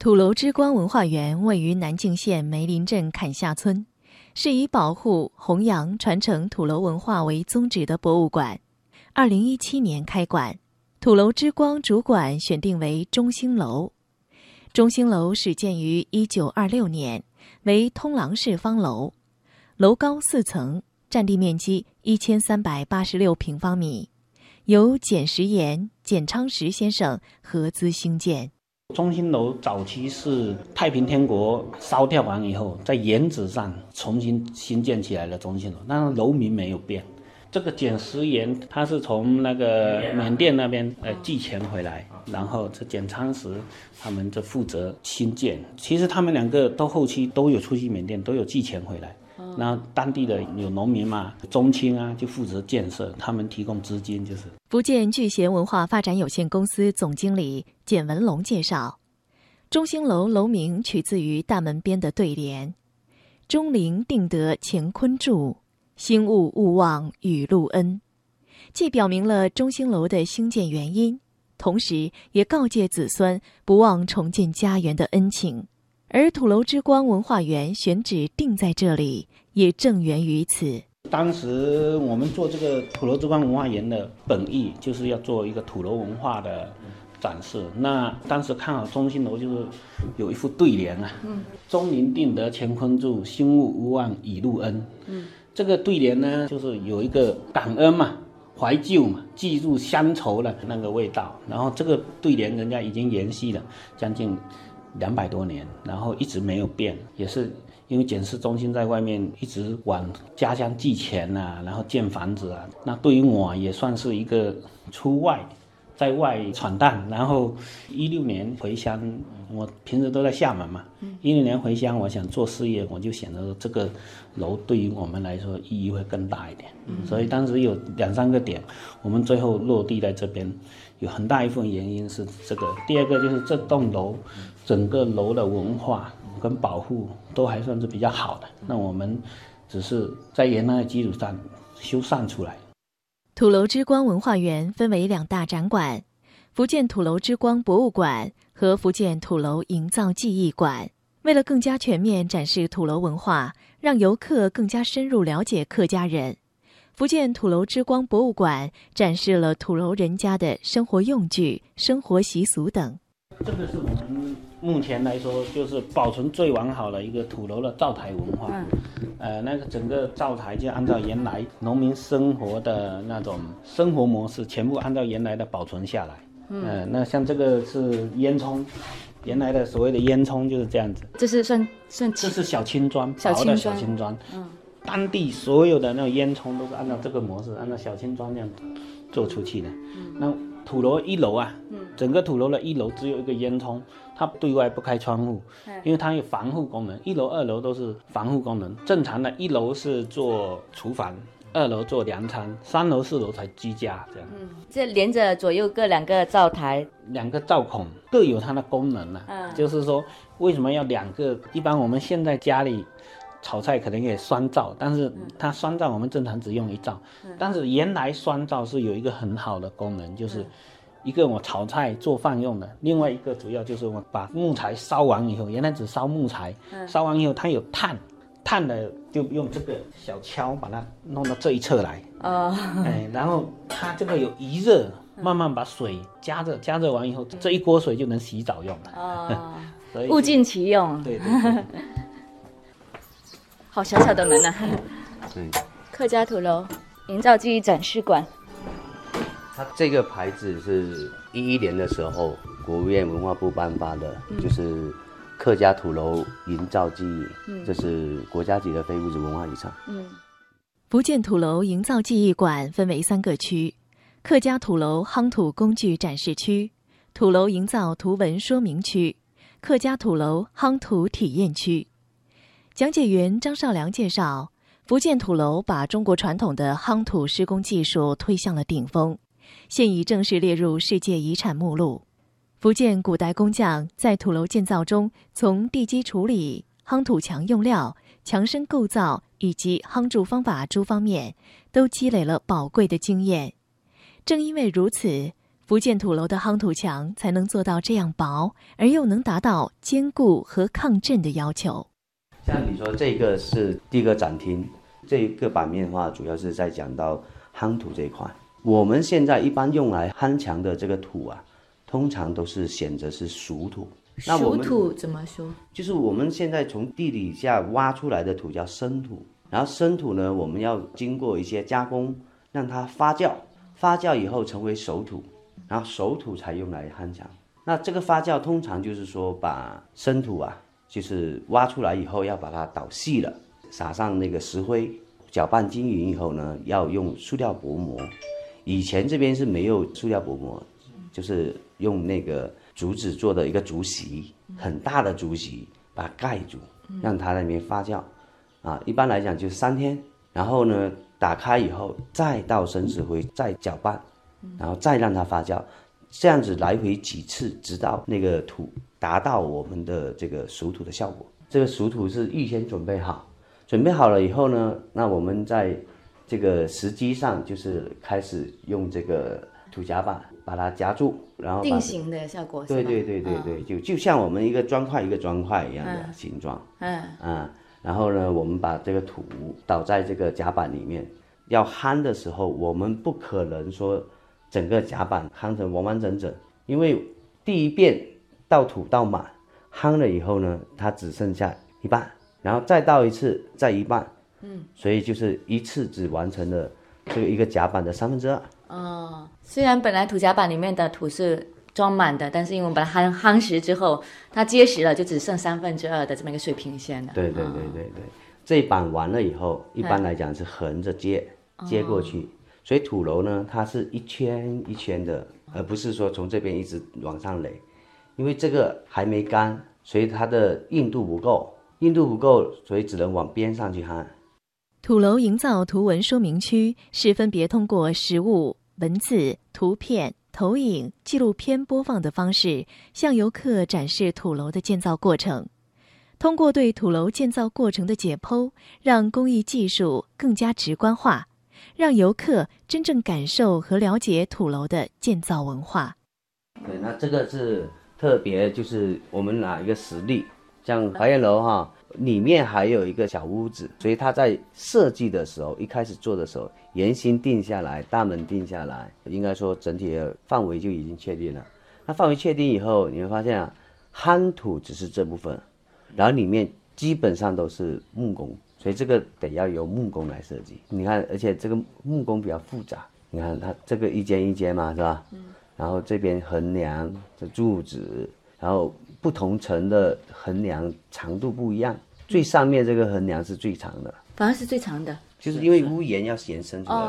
土楼之光文化园位于南靖县梅林镇坎下村，是以保护、弘扬、传承土楼文化为宗旨的博物馆。2017年开馆，土楼之光主馆选定为中兴楼。中兴楼始建于1926年，为通廊式方楼，楼高4层，占地面积1386平方米，由简时岩、简昌实先生合资兴建。 中兴楼早期是太平天国烧掉完以后，在原址上重新新建起来的中兴楼，但是楼名没有变。这个简时岩他是从那个缅甸那边寄钱回来，然后这简昌实他们就负责新建。其实他们两个都后期都有出去缅甸，都有寄钱回来。那当地的有农民嘛，中青啊就负责建设，他们提供资金就是。 福建聚贤文化发展有限公司总经理简文龙介绍，中兴楼楼名取自于大门边的对联：钟灵定得乾坤助，兴物勿忘雨露恩，既表明了中兴楼的兴建原因，同时也告诫子孙不忘重建家园的恩情。而土楼之光文化园选址定在这里，也正源于此。 当时我们做这个土楼之光文化园的本意，就是要做一个土楼文化的展示。那当时看好中兴楼，就是有一副对联啊，钟灵定得乾坤助，兴物勿忘雨露恩。这个对联呢，就是有一个感恩嘛，怀旧嘛，记住乡愁的那个味道。然后这个对联人家已经延续了将近200多年，然后一直没有变，也是因为简氏中心在外面一直往家乡寄钱啊，然后建房子啊。那对于我也算是一个出外在外闯荡，然后16年回乡，我平时都在厦门嘛，16年回乡，我想做事业，我就选择这个楼对于我们来说意义会更大一点。所以当时有2-3个点，我们最后落地在这边，有很大一部分原因是这个。第二个就是这栋楼整个楼的文化跟保护都还算是比较好的，那我们只是在原来的基础上修缮出来。 土楼之光文化园分为2大展馆，福建土楼之光博物馆和福建土楼营造技艺馆。为了更加全面展示土楼文化，让游客更加深入了解客家人，福建土楼之光博物馆展示了土楼人家的生活用具、生活习俗等。 这个是我们目前来说就是保存最完好的一个土楼的灶台文化。那个整个灶台就按照原来农民生活的那种生活模式，全部按照原来的保存下来。那像这个是烟囱，原来的所谓的烟囱就是这样子。 这是算这是小青砖，薄的小青砖。当地所有的那种烟囱都是按照这个模式，按照小青砖这样做出去的。那土楼1楼啊，整个土楼的1楼只有一个烟囱，它对外不开窗户，因为它有防护功能。1楼、2楼都是防护功能。正常的1楼是做厨房，2楼做粮仓，3楼、4楼才居家这样。 这连着左右各2个灶台 ，2个灶孔各有它的功能啊。就是说为什么要2个？一般我们现在家里炒菜可能也双灶，但是它双灶我们正常只用1灶。但是原来双灶是有一个很好的功能，就是一个我炒菜做饭用的，另外一个主要就是我把木材烧完以后，原来只烧木材，烧完以后它有炭的就用这个小锹把它弄到这一侧来。然后它这个有余热，慢慢把水加热完以后，这一锅水就能洗澡用了。所以物尽其用。 对。 好小小的门啊！客家土楼营造技艺展示馆。 它这个牌子是11年的时候，国务院文化部颁发的，就是客家土楼营造技艺，这是国家级的非物质文化遗产。 福建土楼营造技艺馆分为3个区：客家土楼夯土工具展示区、土楼营造图文说明区、客家土楼夯土体验区。讲解员张少良介绍，福建土楼把中国传统的夯土施工技术推向了顶峰，现已正式列入世界遗产目录。福建古代工匠在土楼建造中，从地基处理、夯土墙用料、墙身构造以及夯筑方法诸方面，都积累了宝贵的经验。正因为如此， 福建土楼的夯土墙才能做到这样薄，而又能达到坚固和抗震的要求。 像你说这个是第一个展厅，这一个版面的话，主要是在讲到夯土这一块。我们现在一般用来夯墙的这个土啊，通常都是选择是熟土。那我们熟土怎么说？ 就是我们现在从地底下挖出来的土叫生土，然后生土呢，我们要经过一些加工，让它发酵，发酵以后成为熟土，然后熟土才用来夯墙。那这个发酵通常就是说把生土啊，就是挖出来以后要把它捣细了，撒上那个石灰，搅拌均匀以后呢，要用塑料薄膜。以前这边是没有塑料薄膜，就是用那个竹子做的一个竹席，很大的竹席，把它盖住，让它在那边发酵。一般来讲就是3天，然后呢打开以后再倒生石灰，再搅拌，然后再让它发酵，这样子来回几次，直到那个土达到我们的这个熟土的效果。这个熟土是预先准备好，准备好了以后呢，那我们在这个石基上就是开始用这个土夹板把它夹住，然后定型的效果是吧？ 对，就像我们一个砖块一个砖块一样的形状。然后呢，我们把这个土倒在这个夹板里面，要夯的时候，我们不可能说整个夹板夯成完完整整，因为第一遍倒土倒满，夯了以后呢，它只剩下一半，然后再倒一次，再一半，所以就是一次只完成了这个一个夹板的2/3。 虽然本来土夹板里面的土是装满的，但是因为我们把它夯实之后，它结实了，就只剩2/3的这么一个水平线了。 对，这一板完了以后，一般来讲是横着接过去，所以土楼呢，它是一圈一圈的，而不是说从这边一直往上垒，因为这个还没干，所以它的硬度不够，所以只能往边上去焊。 土楼营造图文说明区是分别通过实物、文字、图片、投影、纪录片播放的方式，向游客展示土楼的建造过程。通过对土楼建造过程的解剖，让工艺技术更加直观化，让游客真正感受和了解土楼的建造文化。 对，那这个是特别，就是我们拿一个实例，像华严楼里面还有一个小屋子，所以它在设计的时候，一开始做的时候，圆心定下来，大门定下来，应该说整体的范围就已经确定了。那范围确定以后，你会发现夯土只是这部分，然后里面基本上都是木工，所以这个得要由木工来设计。你看，而且这个木工比较复杂，你看它这个一间一间嘛，是吧？然后这边横梁的柱子，然后不同层的横梁长度不一样，最上面这个横梁是最长的， 反而是最长的， 就是因为屋檐要延伸出来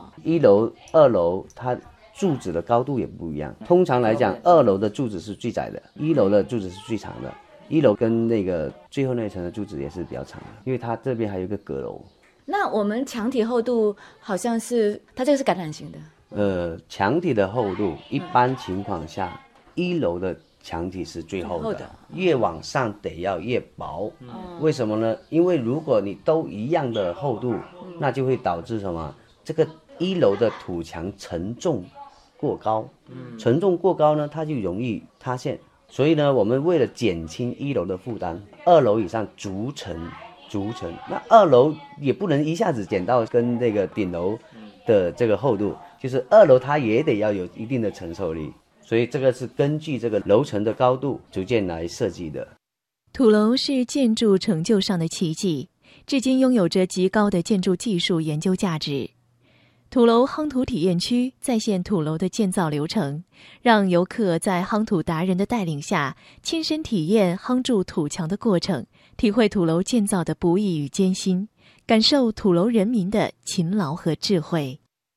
1楼、2楼它柱子的高度也不一样。通常来讲，2楼的柱子是最窄的，1楼的柱子是最长的。1楼跟那个最后那层的柱子也是比较长的，因为它这边还有一个阁楼。 那我们墙体厚度好像是，它这个是橄榄型的。 墙体的厚度，一般情况下，1楼的墙体是最厚的，越往上得要越薄。为什么呢？因为如果你都一样的厚度，那就会导致什么？这个1楼的土墙承重过高，承重过高呢，它就容易塌陷。所以呢，我们为了减轻1楼的负担，2楼以上逐层。那2楼也不能一下子减到跟那个顶楼的这个厚度，就是2楼它也得要有一定的承受力。所以这个是根据这个楼层的高度逐渐来设计的。 土楼是建筑成就上的奇迹，至今拥有着极高的建筑技术研究价值。土楼夯土体验区再现土楼的建造流程，让游客在夯土达人的带领下，亲身体验夯筑土墙的过程，体会土楼建造的不易与艰辛，感受土楼人民的勤劳和智慧。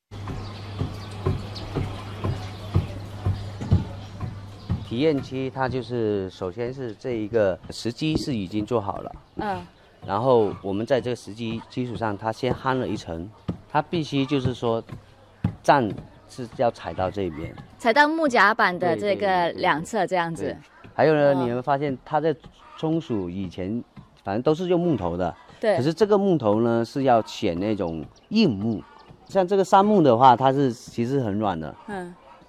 体验区它就是首先是这一个石基是已经做好了，然后我们在这个石基基础上，它先夯了一层，它必须就是说站是要踩到这边， 踩到木夹板的这个两侧这样子。 还有呢，你们发现它在松鼠以前反正都是用木头的， 对。 可是这个木头呢是要选那种硬木，像这个杉木的话，它是其实很软的，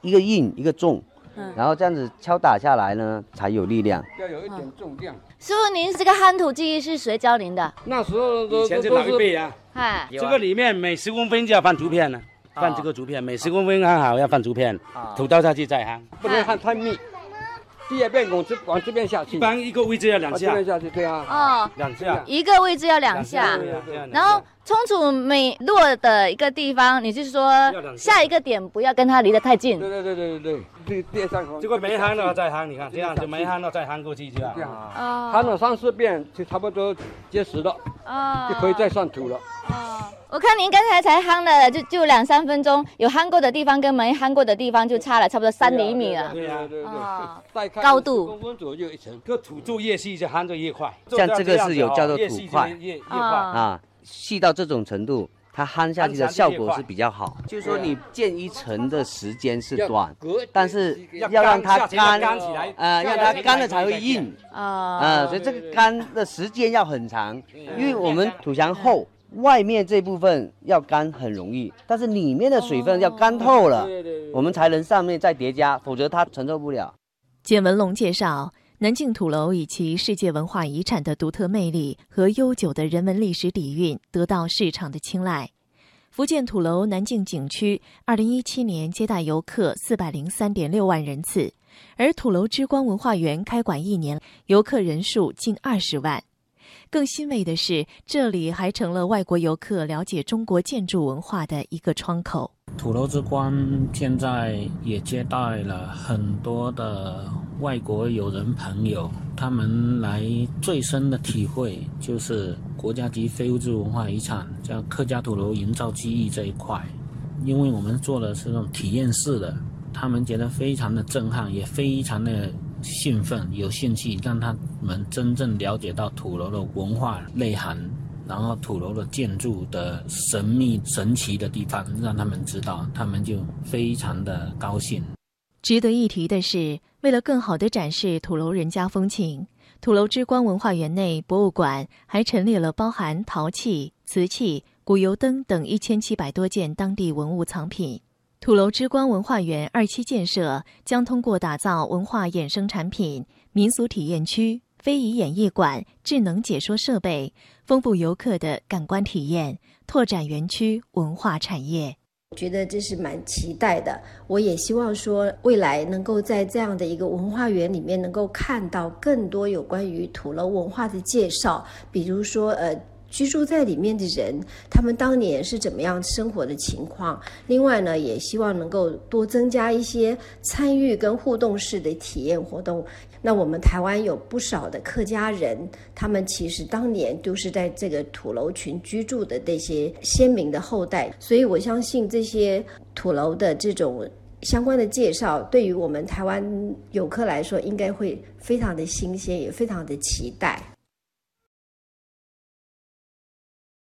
一个硬一个重，然后这样子敲打下来呢才有力量， 要有一点重量。 师傅，您这个夯土技艺是谁教您的？ 那时候以前是老一辈啊， 嗨， 这个里面每10公分就要放竹片呢，放这个竹片，每10公分夯好要放竹片，土倒下去再夯， 不能焊太密。第二遍往这边下去， 一般一个位置要2下， 往这边下去，对啊。 哦 ，2下， 一个位置要2下，然后冲土每落的一个地方，你就是说下一个点不要跟它离得太近。 对，第三个。 这个没夯了再夯，你看这样就没夯了再夯过去这样。 夯了3、4遍就差不多结实了，就可以再上土了。 我看您刚才才夯了，就2、3分钟，有夯过的地方跟没夯过的地方就差了差不多3厘米了。 对，再看高度 10公分左右一层。 这土做越细就夯得越快， 像这个是有叫做土块越快啊，细到这种程度，它夯下去的效果是比较好。就是说你建一层的时间是短，但是要让它干起来， 让它干了才会硬所以这个干的时间要很长，因为我们土墙厚。外面这部分要干很容易，但是里面的水分要干透了，我们才能上面再叠加，否则它承受不了。 简文龙介绍，南靖土楼以其世界文化遗产的独特魅力和悠久的人文历史底蕴得到市场的青睐。福建土楼南靖景区2017年接待游客403.6万人次，而土楼之光文化园开馆1年，游客人数近20万。更欣慰的是，这里还成了外国游客了解中国建筑文化的一个窗口。 土楼之光现在也接待了很多的外国友人朋友，他们来最深的体会就是国家级非物质文化遗产叫客家土楼营造技艺这一块，因为我们做的是那种体验式的，他们觉得非常的震撼，也非常的兴奋，有兴趣让他们真正了解到土楼的文化内涵，然后土楼的建筑的神秘神奇的地方让他们知道，他们就非常的高兴。 值得一提的是，为了更好地展示土楼人家风情，土楼之光文化园内博物馆还陈列了包含陶器、瓷器、古油灯等1700多件当地文物藏品。土楼之光文化园2期建设将通过打造文化衍生产品、民俗体验区、非遗演艺馆、智能解说设备，丰富游客的感官体验，拓展园区文化产业。 我觉得这是蛮期待的，我也希望说未来能够在这样的一个文化园里面能够看到更多有关于土楼文化的介绍，比如说居住在里面的人，他们当年是怎么样生活的情况。另外呢，也希望能够多增加一些参与跟互动式的体验活动。那我们台湾有不少的客家人，他们其实当年都是在这个土楼群居住的这些先民的后代，所以我相信这些土楼的这种相关的介绍，对于我们台湾游客来说，应该会非常的新鲜，也非常的期待。